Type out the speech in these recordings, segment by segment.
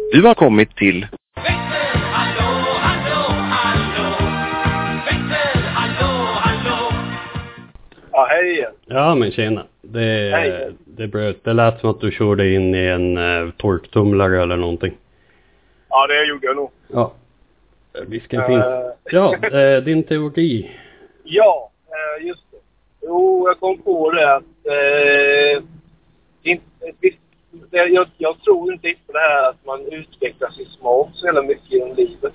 Du har kommit till... Ja, hej igen. Ja, men tjena. Det bröt. Det lät som att du körde in i en torktumlare eller någonting. Ja, det gjorde jag nog. Ja. Risken finns. Ja, din teori. Ja, just det. Jo, jag kom på det att jag tror inte på det här att man utvecklar sin smak så jävla mycket genom livet.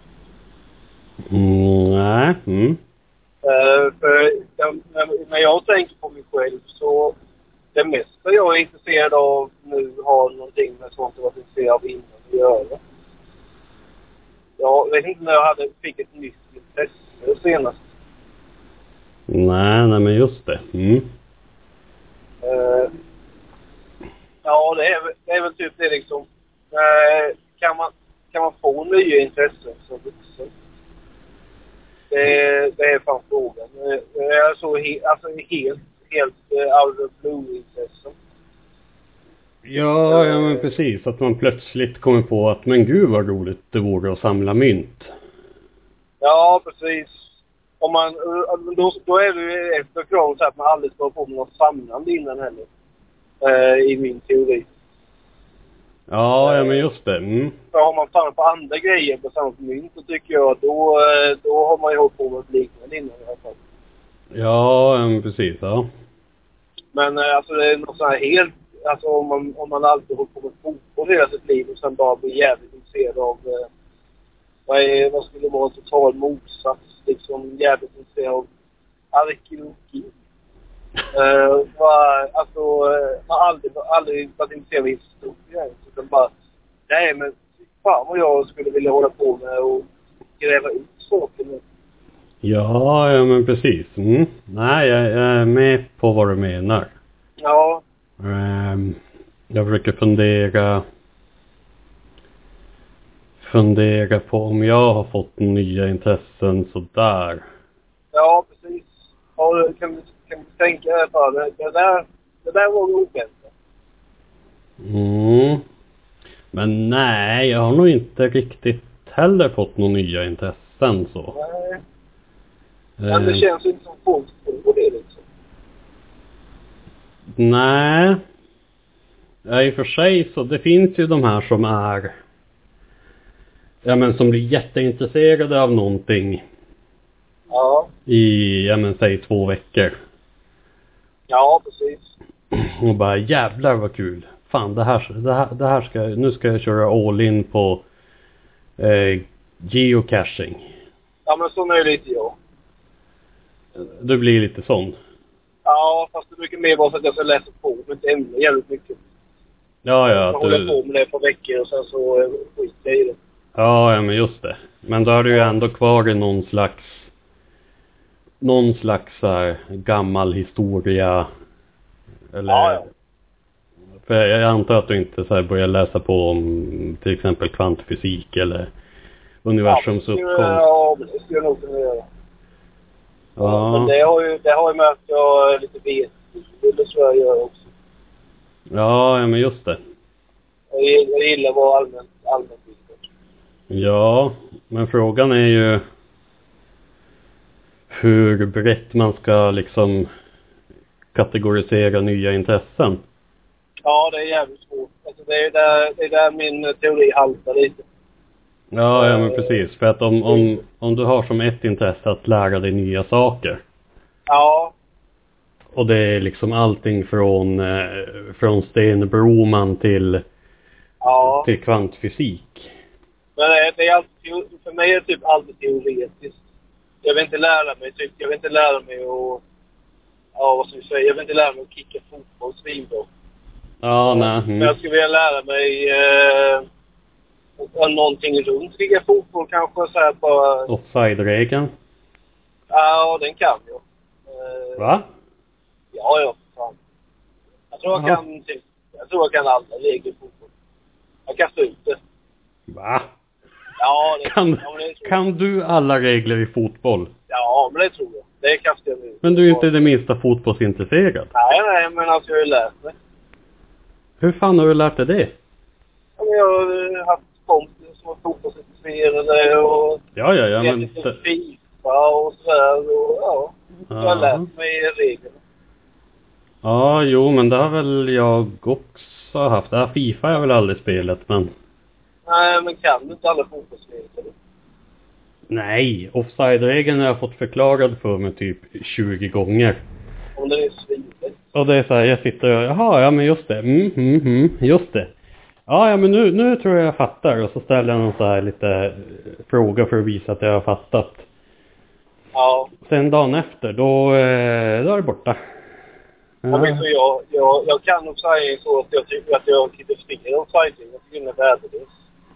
Nej. För när jag tänker på mig själv så det mesta jag är intresserad av nu har någonting med sånt jag var intresserad av innan att göra. Jag vet inte när jag fick ett nytt intresse senast. Nej, men just det. Ja, det är väl typ det liksom. Kan man få nya intressen som vuxen? Det är fan frågan. Det är så helt out of blue-intressen. Ja, men precis. Att man plötsligt kommer på att men gud vad roligt det vore att samla mynt. Ja, precis. Om man, då är det ju ett förklaring så att man aldrig ska få något samlande innan heller. I min teori. Ja, men just det. För har man samlat på andra grejer på samma mynt så tycker jag att då har man ju hållit på med ett liknande innan i alla fall. Ja, precis, ja. Men alltså det är något så här helt, alltså om man alltid hållit på med fotboll hela sitt liv och sen bara blir jävligt intresserad av vad skulle vara total motsats, liksom jävligt intresserad av arkeologi. Man har aldrig varit intresserad av historia utan bara, nej men fan vad jag skulle vilja hålla på med och gräva ut saker med. Ja, men precis. Nej, jag är med på vad du menar. Ja. Jag försöker fundera på om jag har fått nya intressen sådär. Ja, precis. Ja, kan du tänka dig på det? Det där var nog bättre. Men nej, jag har nog inte riktigt heller fått några nya intressen så. Nej. Men det känns inte som folk på det liksom. Nej. Ja, i och för sig så det finns ju de här som är som blir jätteintresserade av någonting. Ja. I, säg 2 veckor. Ja, precis. Och bara jävlar vad kul. Fan, det här nu ska jag köra all in på geocaching. Ja, men så är det inte jag. Du blir lite sån. Ja, fast det brukar mer vara så att jag ska läsa på med ett ämne jävligt mycket. Ja, jag håller på med det på veckor och sen så skiter jag i det. Ja, men just det. Men då har du ju ändå kvar i någon slags gammal historia. Eller, ja. För jag antar att du inte så här börjar läsa på om till exempel kvantfysik eller universums uppkomst. Ja, det skulle jag nog kunna göra. Ja. Men det har ju med att jag lite vet. Det tror jag gör också. Ja, men just det. Jag gillar att vara allmänt Ja, men frågan är ju hur brett man ska liksom kategorisera nya intressen. Ja, det är jävligt svårt. Alltså det är där min teori haltar lite. Ja, men precis. För att om du har som ett intresse att lära dig nya saker. Ja. Och det är liksom allting från Sten Broman till kvantfysik. Men det är alltid, för mig är det typ alltid teoretiskt. Jag vill inte lära mig och vad ska vi säga? Jag vill inte lära mig att kicka fotboll svinbra. Ja, nej. Men jag skulle vilja lära mig någonting runt kicka fotboll kanske så här på offside-regeln. Ja, den kan jag. Va? Ja, fan. Jag tror jag kan alla regler i fotboll. Jag kastar ut det. Va? Ja, kan du alla regler i fotboll? Ja, men det tror jag. Det kastar jag ut. Men du är inte det minsta fotbollsintresserad? Nej, men alltså jag har ju lärt mig. Hur fan har du lärt dig det? Ja, men jag har haft kompisar som var fotbollsintresserade och Ja, men lite FIFA och sådär. Och ja, jag har lärt mig reglerna. Ja, jo, men det har väl jag också haft. Ja, FIFA har jag väl aldrig spelat, men... Nej, men kan du inte alla fotbollsregler? Nej, offside-regeln har jag fått förklarad för mig typ 20 gånger. Om det är svinigt. Och det är så här, jag sitter och, jaha, ja men just det, just det. Ja, men nu tror jag fattar. Och så ställer jag någon så här lite fråga för att visa att jag har fattat. Ja. Sen dagen efter, då är det borta. Ja. Men så jag kan nog säga så att jag tycker att jag kritiserar offside. Jag tycker den är värdelös.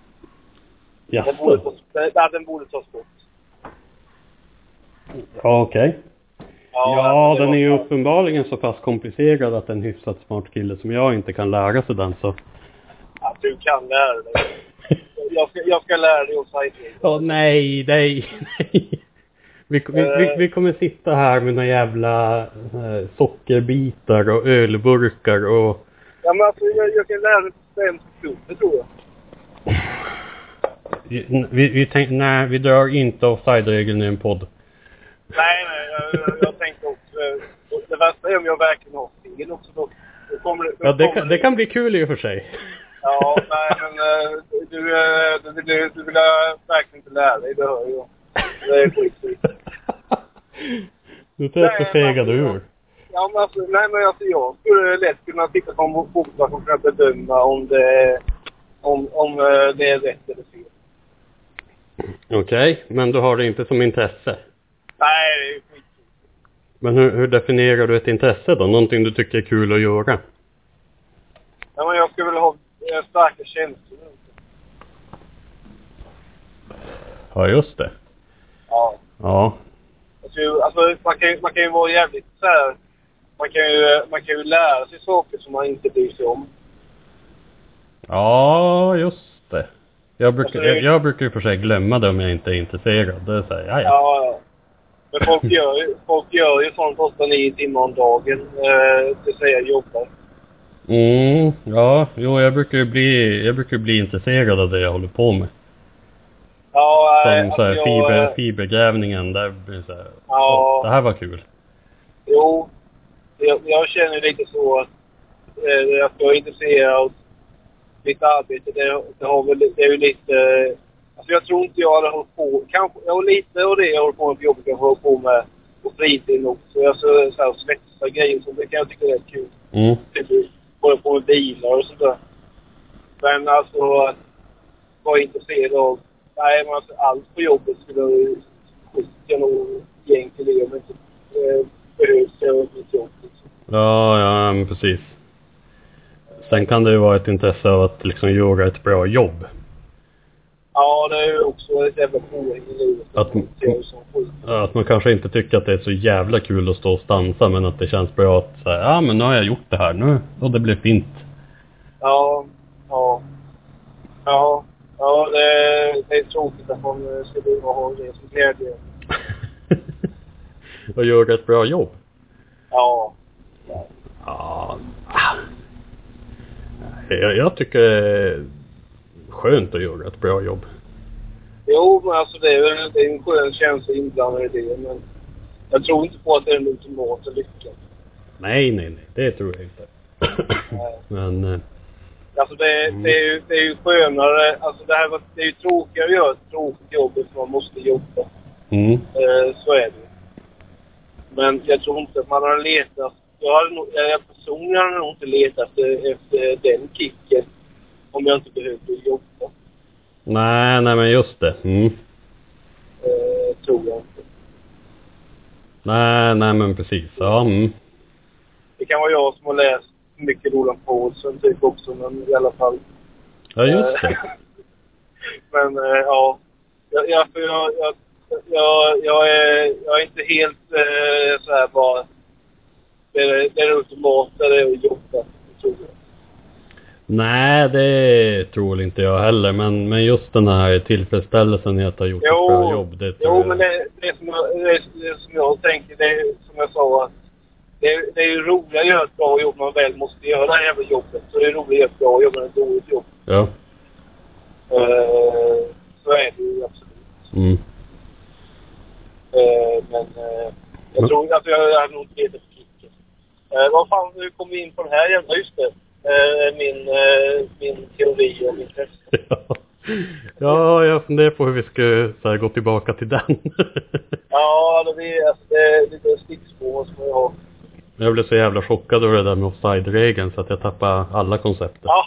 Den borde tas bort. Ja, okej. Ja, den är ju uppenbarligen så pass komplicerad att en hyfsat smart kille som jag inte kan lära sig den, så... Ja, du kan lära dig. jag ska lära dig offside. Ja, nej. Vi kommer sitta här med några jävla sockerbitar och ölburkar och... Ja, men alltså jag kan lära dig 5 sekunder, tror jag. Vi drar inte offside-regeln i en podd. Nej, jag tänkte också... Det värsta är om jag verkligen har fel också. Då det kan bli kul i och för sig. Ja, nej, men du vill verkligen inte lära dig, det hör jag. Det är skit. Du tar att fegade ur. Ja, men alltså, jag skulle lätt kunna titta på en bokslag och kunna bedöma om det är rätt eller fel. Okej, men du har det inte som intresse? Nej, det är skit. Men hur definierar du ett intresse då? Någonting du tycker är kul att göra? Ja, men jag skulle väl ha starka känslor. Ja, just det. Ja. Alltså, man kan ju vara jävligt så här. Man kan ju lära sig saker som man inte bryr sig om. Ja, just det. Jag brukar ju för sig glömma det om jag inte är intresserad. Det är så här, ja. Men folk gör ju sånt 8-9 timmar om dagen. Det säger jobbar. Ja, jo, jag brukar bli intresserad av det jag håller på med. Ja, som så här fibergrävningen, där blir så här, det här var kul. Jo, jag känner lite så att jag är intresserad av mitt arbete. Det är ju lite... Alltså jag tror inte jag hade hållit på... Kanske, jag har lite av det jag håller på med på jobbet jag håller på med på fritiden också. Jag så här svetsa grejer som det kan jag tycka är rätt kul. Typ håller på med bilar och sådär. Men alltså var intresserad av... Nej, men alltså allt på jobbet skulle jag nog egentligen om inte behövs jag mitt jobb. Liksom. Ja, men precis. Sen kan det ju vara ett intresse av att liksom göra ett bra jobb. Ja, det är ju också ett jävla poäng i livet. Att man kanske inte tycker att det är så jävla kul att stå och stansa, men att det känns bra att säga, ja men nu har jag gjort det här nu och det blir fint. Ja, det är tråkigt att man ska behöva ha det som glädje. Och göra ett bra jobb? Ja. Jag tycker det är skönt att göra ett bra jobb. Jo, men alltså det är en skön känsla inblandad i det, men jag tror inte på att det är en ultimat och lycka. Nej, det tror jag inte. Men... Alltså det är ju skönare, alltså det är ju tråkigare att göra ett tråkigt jobb som man måste jobba. Så är det. Men jag tror inte att man har letat, jag personligen har nog inte letat efter den kicken om jag inte behövde jobba. Nej, men just det. Tror jag inte. Nej, men precis. Ja. Det kan vara jag som har läst mycket Roland Paulsen typ också, men i alla fall. Ja, just det. Men ja, jag är inte helt så här bara det är ultimata det är att jobba, tror jag. Nej, det tror inte jag heller, men just den här tillfredsställelsen i att ha gjort ett bra jobb, det tror jag. Men det som jag tänker, det är som jag sa att det är ju roligt att göra ett bra jobb man väl måste göra det här jävla jobbet. Så det är roligt att göra ett bra jobb än ett dåligt jobb. Ja. Så är det ju absolut. Mm. Men jag tror att jag hade nog inte gett det för kicken. Vad fan, nu kom vi in på det här jävla, just det. Min teori om intresse. Ja, jag funderar på hur vi ska så här, gå tillbaka till den. Ja, det är lite stickspår som jag har. Jag blev så jävla chockad över det där med offside-regeln så att jag tappade alla koncepter. Ja,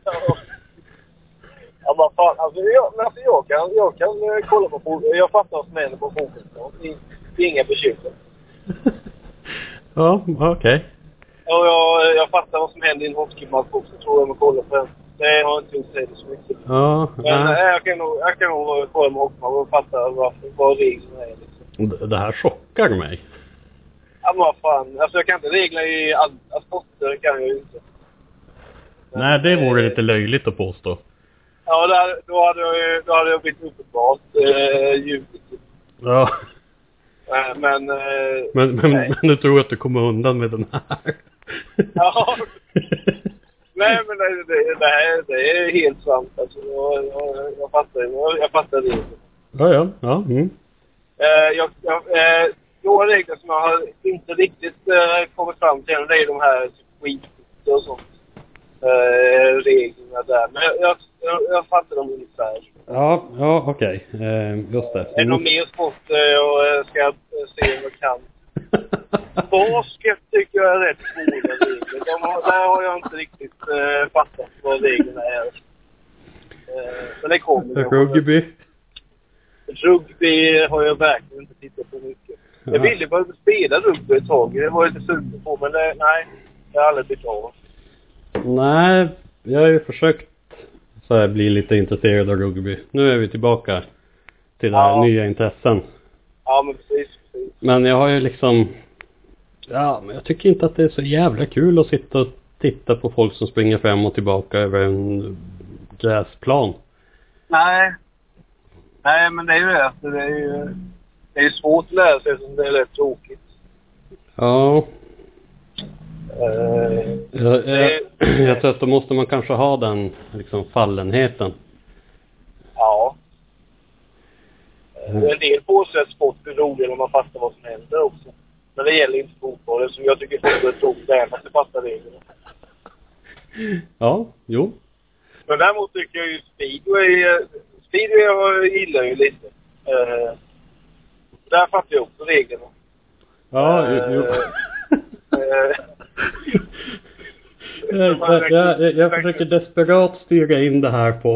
ja men fan, alltså jag kan kolla på fotboll. Jag fattar vad som händer på fotboll. Det är inga bekymmer. Ja, okej. Och jag fattar vad som händer i en hockeymatch också, tror jag, med kolla på den. Det har inte gjort det så mycket. Ja, men jag kan nog kolla med hockeymatch och fatta vad reglerna är. Liksom. Det här chockar mig. Ja, men vad fan. Alltså jag kan inte regla i alla sporter, kan jag ju inte. Men, nej, det vore lite löjligt att påstå. Ja, då hade jag blivit uppenbart ljudligt. Ja. Men du tror att du kommer undan med den här? Ja. Nej, men det är helt sant. Alltså, jag fattar det. Ja. Mm. Några regler som jag har inte riktigt kommit fram till, det är de här skit och sånt. Reglerna där. Men jag fattar dem ungefär. Ja, okej. Just det. Är det något mer sport jag ska se om jag kan? Basket tycker jag är rätt svåra regler. Där har jag inte riktigt fattat vad reglerna är. Men det kommer. Rugby har jag verkligen inte tittat på mycket. Jag ville bara spela rugby ett tag. Det var lite sugen på, men nej. Jag har aldrig blivit av. Nej, jag har ju försökt så här, bli lite intresserad av rugby. Nu är vi tillbaka till det här nya intressen. Ja, men precis. Men jag har ju liksom... Ja, men jag tycker inte att det är så jävla kul att sitta och titta på folk som springer fram och tillbaka över en gräsplan. Nej, men det är ju det. Det är ju svårt att lära sig som det är rätt tråkigt. Ja. Jag tror att då måste man kanske ha den liksom fallenheten. Ja. En del påstår att sport blir roligare när man fattar vad som händer också. Men det gäller inte fotboll, som jag tycker fotboll är tråkigt där man ska fatta reglerna. Ja, jo. Men däremot tycker jag ju speedway jag gillar ju lite. Där fattar jag också reglerna. Ja, jo. Jag försöker desperat styra in det här på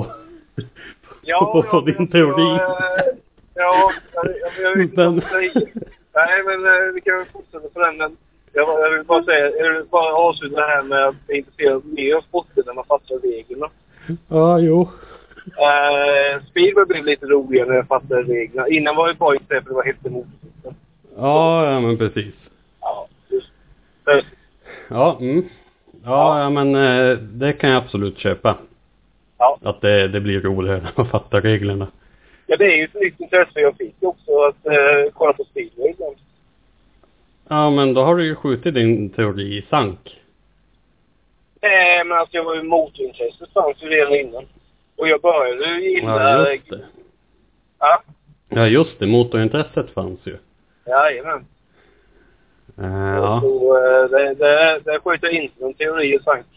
din teori. Jag vet inte vad jag säger. Nej, men vi kan fortsätta på den. Men jag vill bara säga, jag vill bara avsluta det här med att jag är intresserad mer av sporten när man fattar reglerna. Ja, jo. Speedway blev lite roligare när jag fattade reglerna. Innan var det bara inte för det var helt emot. Ja, men precis. Ja, just. Ja, Ja, men det kan jag absolut köpa. Ja. Att det blir roligare när man fattar reglerna. Ja, det är ju ett nytt intresse jag fick också att kolla på speedway. Ja, men då har du ju skjutit din teori i sank. Nej, men alltså jag var ju motorintresset fanns ju redan innan. Och jag började ju gilla... Ja, just det. Ja? Ja, just det. Motorintresset fanns ju. Jajamän. Ja. Så det sköt jag inte någon teori i sank.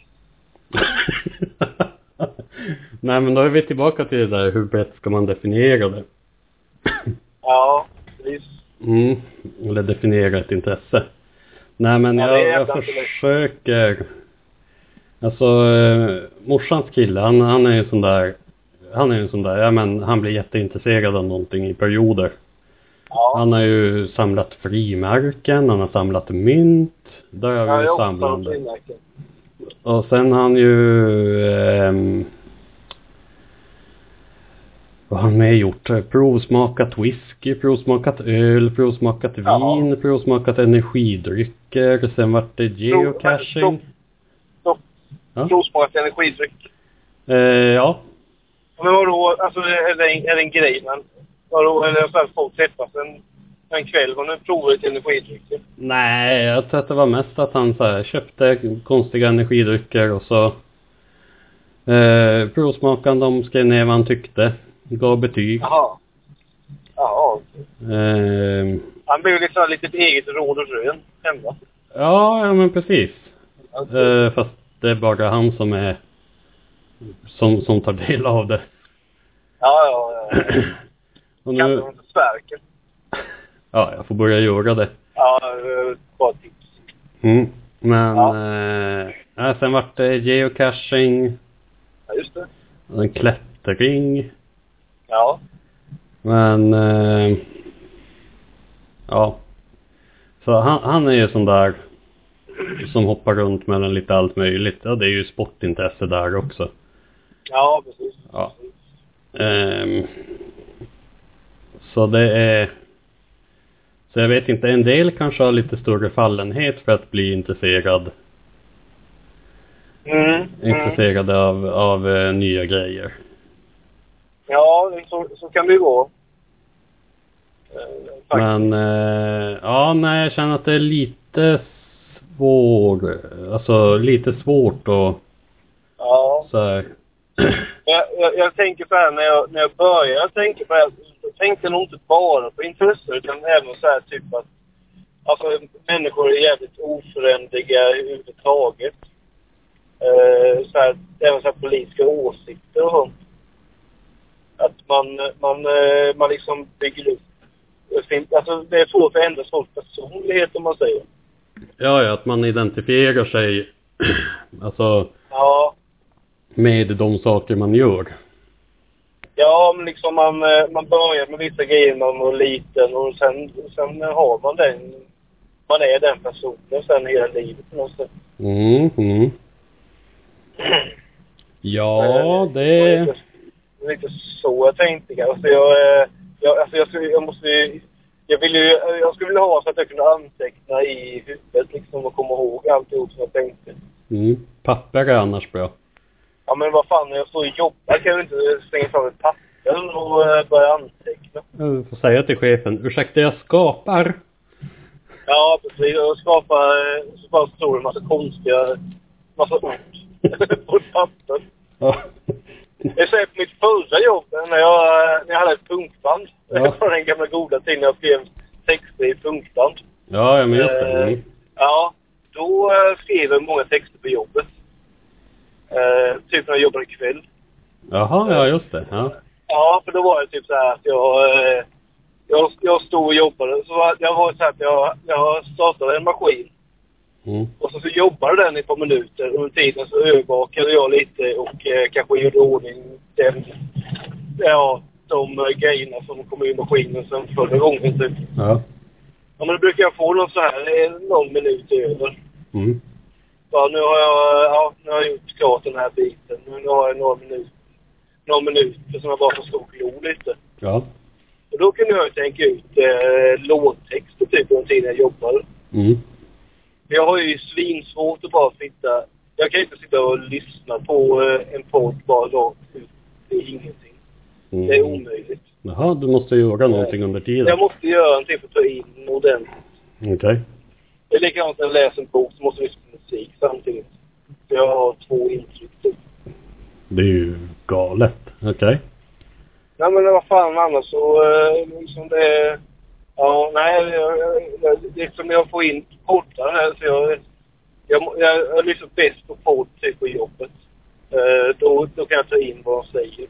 Nej, men då är vi tillbaka till det där. Hur brett ska man definiera det? Ja, precis. Eller definiera ett intresse. Nej, men jag försöker... Alltså, morsans kille, han är ju sån där... Ja, men han blir jätteintresserad av någonting i perioder. Ja. Han har ju samlat frimärken, han har samlat mynt. Där har vi ju samlande. Och sen har han ju... vad har han med gjort? Provsmakat whisky, provsmakat öl, provsmakat vin, provsmakat energidrycker. Sen vart det geocaching. Provsmakat energidryck. Ja. Men vadå? Alltså är det en grej man... Vadå? Eller så här folk träffas en kväll och nu provar ett energidrycker. Nej, jag tror att det var mest att han så här, köpte konstiga energidrycker och så Provsmakaren, de skrev ner vad han tyckte. Gav betyg. Jaha. Ja, okej. Han blev liksom lite eget råd och rön hemma. Ja, men precis. Fast det är bara han som är som tar del av det. Ja. Och nu... Kan du inte svärken? Ja, jag får börja göra det. Ja, bara tips. Men sen vart det geocaching. Ja, just det. En klättring. Ja. Men ja. Så han är ju sån där som hoppar runt mellan lite allt möjligt. Ja, det är ju sportintresse där också. Ja, precis. Ja. Så det är... Så jag vet inte, en del kanske har lite större fallenhet för att bli intresserad. Intresserade av nya grejer. Ja, så kan det ju gå. Men jag känner att det är lite lite svårt och så här. Jag tänker så här, när jag börjar tänka på det, jag tänkte nog inte bara på intresse, utan även så här typ att alltså, människor är jävligt oförändliga överhuvudtaget. Så här, även så här politiska åsikter och sånt. Att man liksom bygger upp. Alltså det är svårt att ändra folks personlighet, om man säger. Ja, att man identifierar sig alltså med de saker man gör. Ja, men liksom man börjar med vissa grejer när man var liten och sen har man den. Man är den personen sen hela livet på något sätt. Ja, det är lite så jag tänkte. Alltså jag skulle vilja ha så att jag kunde anteckna i huvudet liksom och komma ihåg alltihop som jag tänkte. Papper är annars bra. Ja, men vad fan, när jag står och jobbar kan jag inte slänga fram ett papper och börja anteckna. Du får säga till chefen, ursäkta, jag skapar. Ja, precis. Jag skapar så bara står en massa ord på ett papper. Ja. Jag säger på mitt förra jobb när jag hade ett punktband. Ja. Från den gamla goda tiden jag skrev texter i punktband. Ja, jag minns det. Ja, då skrev jag många texter på jobbet. Typ när jag jobbade kväll. Jaha, ja just det. Ja, för då var det typ så här att jag stod och jobbade. Så jag var så här att jag startade en maskin. Och så jobbade den i ett par minuter. Under tiden så övervakade jag lite och kanske gjorde ordning de grejerna som kom in i maskinen sen förra gången typ. Ja, men då brukar jag få någon så här någon minut över. Ja, nu har jag gjort klart den här biten. Nu har jag några minuter som jag bara får stå och glo lite. Ja. Och då kunde jag tänka ut låttexter typ under tiden jag jobbade. Jag har ju svinsvårt att bara sitta. Jag kan inte sitta och lyssna på en podd bara rakt ut. Det är ingenting. Det är omöjligt. Jaha, du måste göra någonting under tiden. Jag måste göra någonting för att ta in ordentligt. Okej. Det är likadant när jag läser en bok så måste jag lyssna på musik samtidigt. Så jag har 2 intryck typ. Det är ju galet. Okej. Nej, men vad fan annars så liksom det. Ja, nej, liksom jag får in poddar här så jag lyssnar bäst på podd typ på jobbet. Då kan jag ta in vad de säger.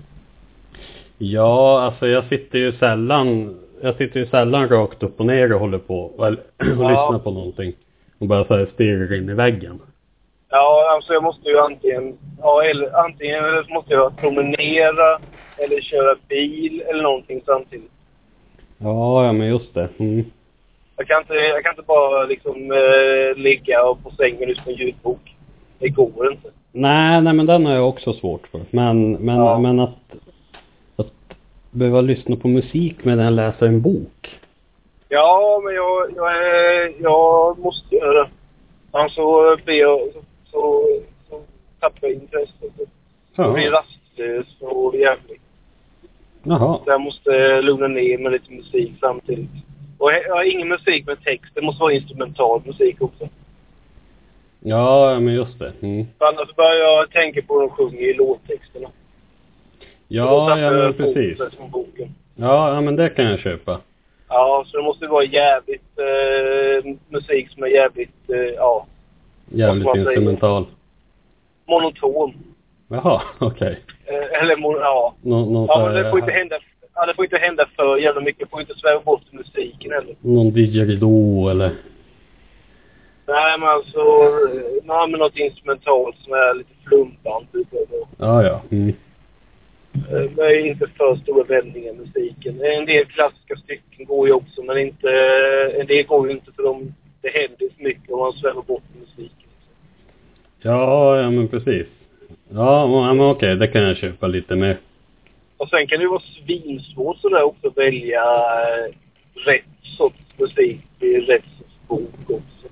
Ja, alltså jag sitter ju sällan rakt upp och ner och håller på och lyssnar på någonting och bara så här stirrar in i väggen. Ja, alltså jag måste ju antingen måste jag promenera eller köra bil eller någonting samtidigt. Ja, men just det. Jag kan inte bara liksom ligga på sängen och lyssna på en ljudbok. Det går inte. Nej, men den har jag också svårt för. Men att behöva lyssna på musik medan jag läser en bok. Ja, men jag måste göra det. Alltså så tappar jag intresset. Så blir rastlös och jävligt. Jaha. Så jag måste lugna ner med lite musik samtidigt. Och jag har ingen musik med text. Det måste vara instrumental musik också. Ja, men just det. Mm. För annars börjar jag tänka på de sjunger i låttexterna. Ja, men precis. Ja, men det kan jag köpa. Ja, så det måste vara jävligt musik som är jävligt, ja. Jävligt instrumental. Monoton. Jaha, okej. Eller, ja. Men det får inte hända. Ja, det får inte hända för jävla mycket. Det får inte sväva bort musiken heller. Någon didgeridoo eller? Nej, men alltså, men något instrumentalt som är lite flumpant. Ja. Mm. Det är inte för stora vändningar i musiken. En del klassiska stycken går ju också, men inte, en del går ju inte för det händer för mycket om man svävar bort musiken. Ja, men precis. Ja, men okej, det kan jag köpa lite mer. Och sen kan det ju vara svinsvårt sådär också att välja rätt sorts musik i rätt sorts bok också.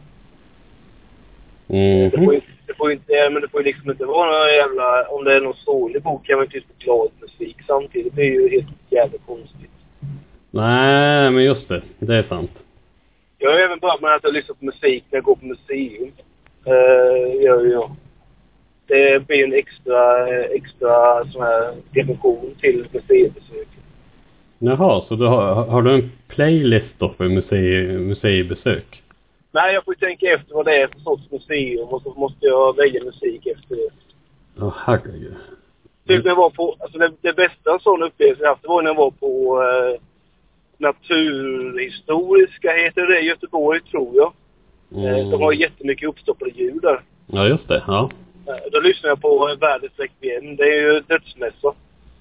Mm. Det får ju liksom inte vara någon jävla, om det är någon sorglig bok kan man inte få glad musik samtidigt. Det är ju helt jävla konstigt. Nej, men just det. Det är sant. Jag har även börjat med att jag lyssnar på musik när jag går på museum. Gör jag. Det blir en extra sån här dimension till museibesök. Jaha, så har du en playlist då för museibesök? Nej, jag får tänka efter vad det är för sorts museum och så måste jag välja musik efter det. Herregud. Typ när jag var på, alltså det bästa sån upplevelse jag haft, det var när jag var på Naturhistoriska heter det i Göteborg, tror jag. De har jättemycket uppstoppade ljud där. Ja, just det, ja. Då lyssnar jag på Världens Requiem. Det är ju dödsmässa.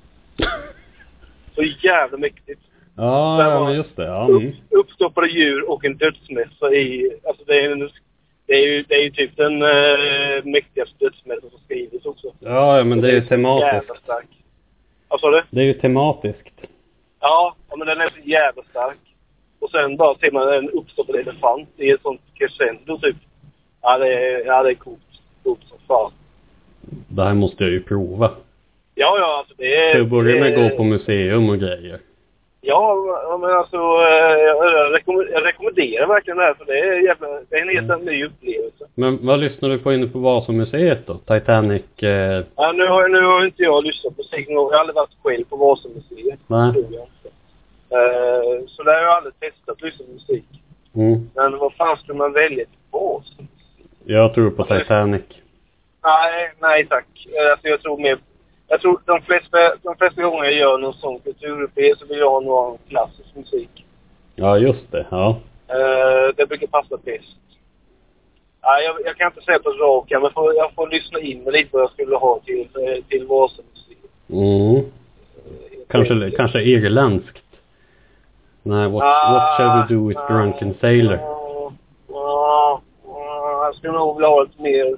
Så jävla mäktigt. Ja, men just det. Ja. Uppstoppade djur och en dödsmässa i... Alltså det är ju typ den mäktigaste dödsmässa som skrivs också. Ja, men det är ju tematiskt. Jävla stark. Vad sa du? Det är ju tematiskt. Ja, men den är så jävla stark. Och sen bara ser man en uppstoppad elefant i ett sånt crescendo typ. Ja, det är coolt. Coolt som fan. Det här måste jag ju prova. Ja, alltså det är... Så jag börjar med att gå på museum och grejer. Ja, men alltså jag rekommenderar verkligen det här, för det är en helt ny upplevelse. Men vad lyssnar du på inne på Vasamuseet då? Titanic? Ja, nu har inte jag lyssnat på musik. Jag har aldrig varit själv på Vasamuseet. Nej. Så där har jag aldrig testat att lyssna på musik. Mm. Men vad fan skulle man välja till Vasamuseet? Jag tror på Titanic. Nej tack. Alltså jag tror de flesta gånger jag gör någon sån kulturupplevelse så vill jag ha någon klassisk musik. Ja, just det. Ja. Det brukar passa bäst. Jag kan inte säga på raka, men jag får lyssna in med lite vad jag skulle ha till Vasamuseet. Mm. Kanske irländskt. Nej, what shall we do with drunken sailor? Jag skulle nog vilja ha ett mer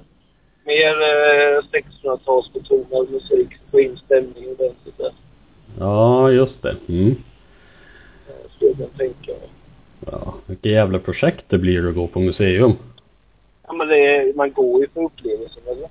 1600-talsbetonad musik på inställning och den där. Ja, just det. Mm. Skulle jag tänka. Ja, vilket jävla projekt det blir att gå på museum. Ja, men man går ju för upplevelsen, eller?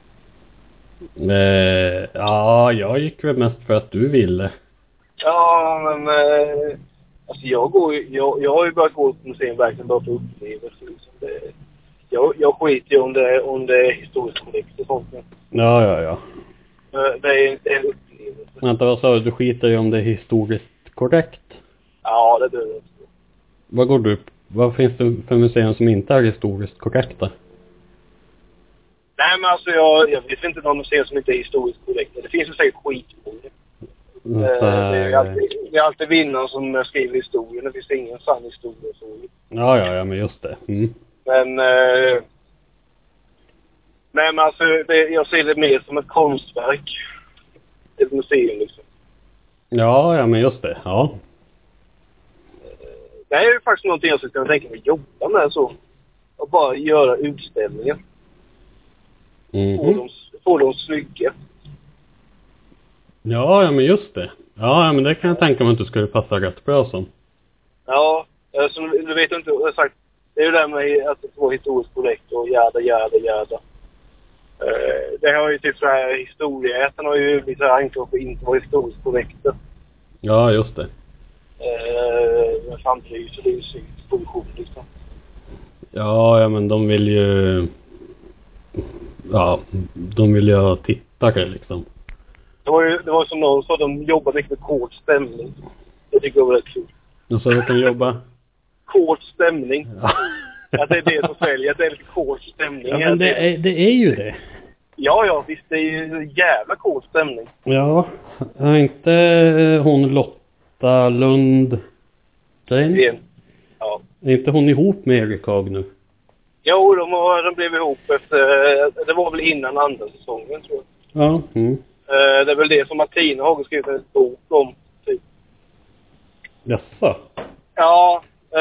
Ja, jag gick väl mest för att du ville. Ja, men alltså jag har ju börjat gå på museum verkligen bara för upplevelser. Liksom. Jag skiter ju om det är historiskt korrekt och sånt. Ja. Det är en upplevelse. Vänta, vad sa du? Du skiter ju om det är historiskt korrekt? Ja, det behöver jag. Vad finns det för museum som inte är historiskt korrekta? Nej, men alltså jag vet inte någon museum som inte är historiskt korrekt. Det finns ju säkert skit på det. Det är alltid vinnaren som skriver historien. Det finns ingen sann historia. Ja, men just det. Mm. Men nej, men alltså jag ser det mer som ett konstverk. Ett museum liksom. Ja, men just det. Ja. Det är ju faktiskt någonting jag skulle kunna tänka mig jobba med så. Och bara göra utställningar. Mm. Få dem snygga. Ja, men just det. Ja, men det kan jag tänka mig att du skulle passa rätt bra som. Ja, så du vet inte, jag har sagt, det är ju det med att det var historiskt korrekt och jäda. Det har ju typ så här historieätarna har ju blivit så här anklagade för att inte vara historiskt korrekta. Ja, just det. Men samtidigt så det är ju sykt produktion liksom. Ja, men de vill ju ja, de vill ju ha tittare liksom. Det var som någon sa, de jobbar mycket med kort stämning. Jag tycker det var rätt kul. Så de kan jobba? Kort stämning. Ja. Att det är det som säljer, att det är lite kort stämning. Ja, men det är ju det. Ja, visst, det är ju jävla kort stämning. Ja, är inte hon Lotta Lund? Ja. Är inte hon ihop med Erik Haag nu? Jo, de blev ihop efter, det var väl innan andra säsongen tror jag. Ja. Mm. Det är väl det som Martina har skrivit en bok om. Typ. Jaså? Ja,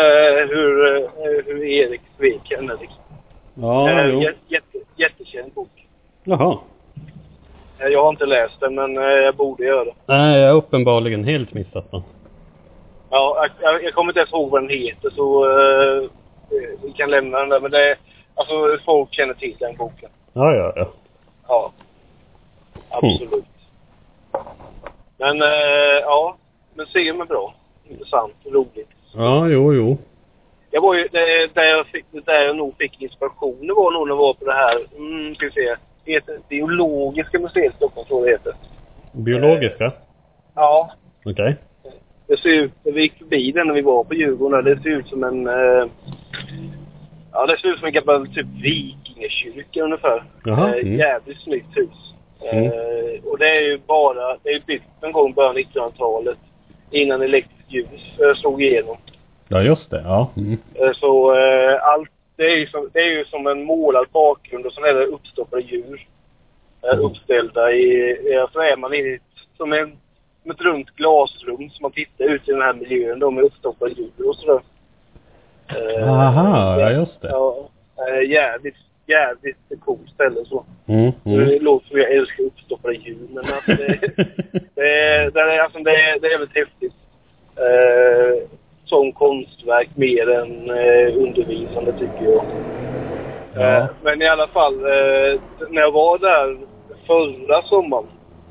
hur Erik svek henne liksom. Ja, jättekänd bok. Jaha. Jag har inte läst den, men jag borde göra det. Nej, jag har uppenbarligen helt missat den. Ja, jag kommer inte ens ihåg vad den heter, så vi kan lämna den där. Men det är, alltså folk känner till den boken. Ja. Ja, absolut. Men ja, museum är bra. Intressant, roligt. Ja, jo. Jag var ju, där jag nog fick inspiration, det var nog när jag var på det här, ska vi se, det heter Biologiska museet i Stockholm, tror jag det heter. Biologiska? Ja. Okej. Det ser ut, vi gick förbi den när vi var på Djurgården, det ser ut som en, det ser ut som en gammal typ vikingakyrka ungefär. Jaha. Jävligt snyggt hus. Och det är ju byggt en gång i början 1900-talet, innan elektrisk ljus slog igenom. Ja, just det, ja. Mm. Så allt, det är ju som en målad bakgrund och så är det uppstoppade djur uppställda i, så är man i som ett runt glasrum som man tittar ut i den här miljön då med uppstoppade djur och sådär. Aha, ja just det. Ja, jävligt coolt ställe så. Det låter som jag älskar uppstoppade djur, men alltså det är väldigt häftigt. Som konstverk mer än undervisande tycker jag. Ja. Men i alla fall, när jag var där förra sommaren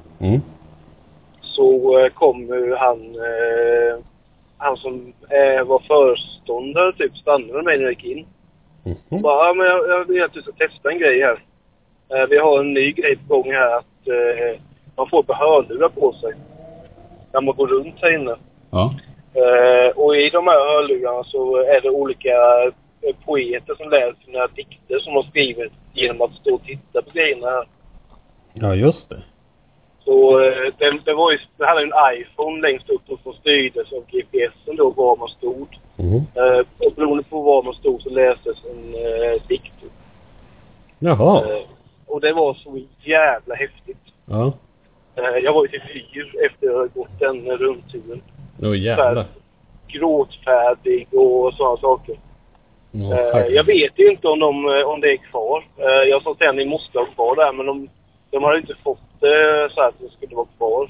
så kom ju han som var föreståndare typ stannade med mig när jag gick in. Bara, men jag vill att du ska testa en grej här. Vi har en ny grej på gång här att man får hörlurar på sig när man går runt här inne. Ja. Och i de här hörlurarna så är det olika poeter som läser sina dikter som de skrivit genom att stå och titta på grejerna här. Ja, just det. Så det hade en iPhone längst upp som styrdes av GPSen då var man stod. Och beroende på var man stod så läses en dikt. Jaha. Och det var så jävla häftigt. Ja. Jag var ju till fyr efter att ha gått den rundturen. Jävlar. Gråtfärdig och sådana saker. Jag vet ju inte om det är kvar. Jag sa sen ni måste ha kvar där, men de har inte fått så att det skulle vara kvar.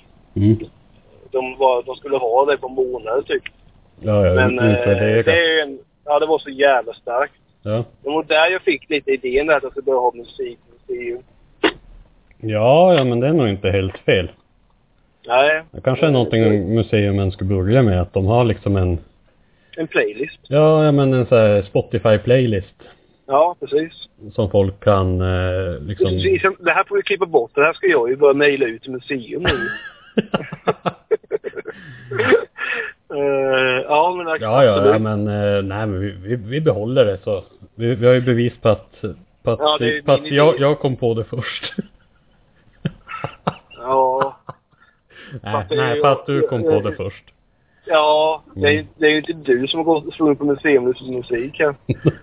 De skulle ha det på månader typ. Men det var så jävla starkt. Ja. Det var där jag fick lite idén där att jag skulle börja ha musikmuseum. Ja, men det är nog inte helt fel. Nej. Det kanske är någonting museumen ska börja med, att de har liksom en playlist. Ja, men en så här Spotify-playlist. Ja, precis. Som folk kan liksom... Det här får vi klippa bort. Det här ska jag ju börja mejla ut till museum nu. Ja, men ja, men nej, men vi behåller det så. Vi har ju bevis på att jag kom på det först. Ja. Nej, för att du kom på det först. Ja, det är ju inte du som har gått slagit på museum och musik här.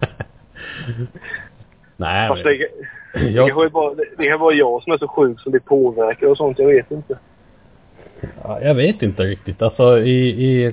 Nej, fast det kan vara jag som är så sjuk som det påverkar och sånt, jag vet inte. Ja, jag vet inte riktigt. Alltså i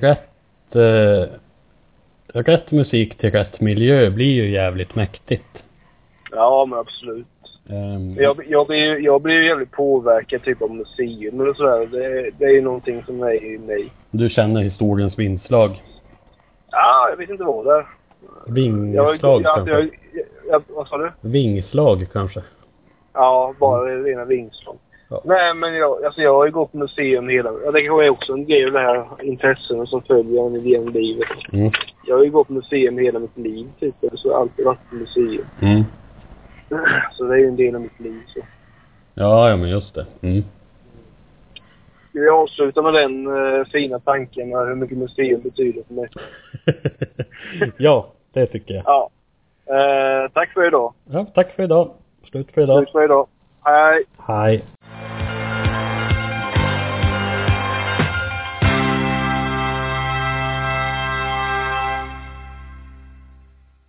rätt musik till rätt miljö blir ju jävligt mäktigt. Ja, men absolut. Jag blir ju jävligt påverkad typ av museum eller sådär. Det är ju någonting som är i mig. Du känner historiens vindslag? Ja, jag vet inte vad det är. Vingslag kanske? Vad sa du? Vingslag kanske? Ja, bara rena vingslag. Ja. Nej, men jag har ju gått på museum hela... Ja, det är också en grej av det här intressen som följer en genom livet. Jag har ju gått på museum hela mitt liv typ. Så jag har alltid varit på museum. Så det är ju en del av mitt liv. Så. Ja, men just det. Ska vi avsluta med den fina tanken hur mycket museum betyder för mig? Ja, det tycker jag. Ja. Tack för idag. Ja, tack för idag. Slut för idag. Hej. Hej.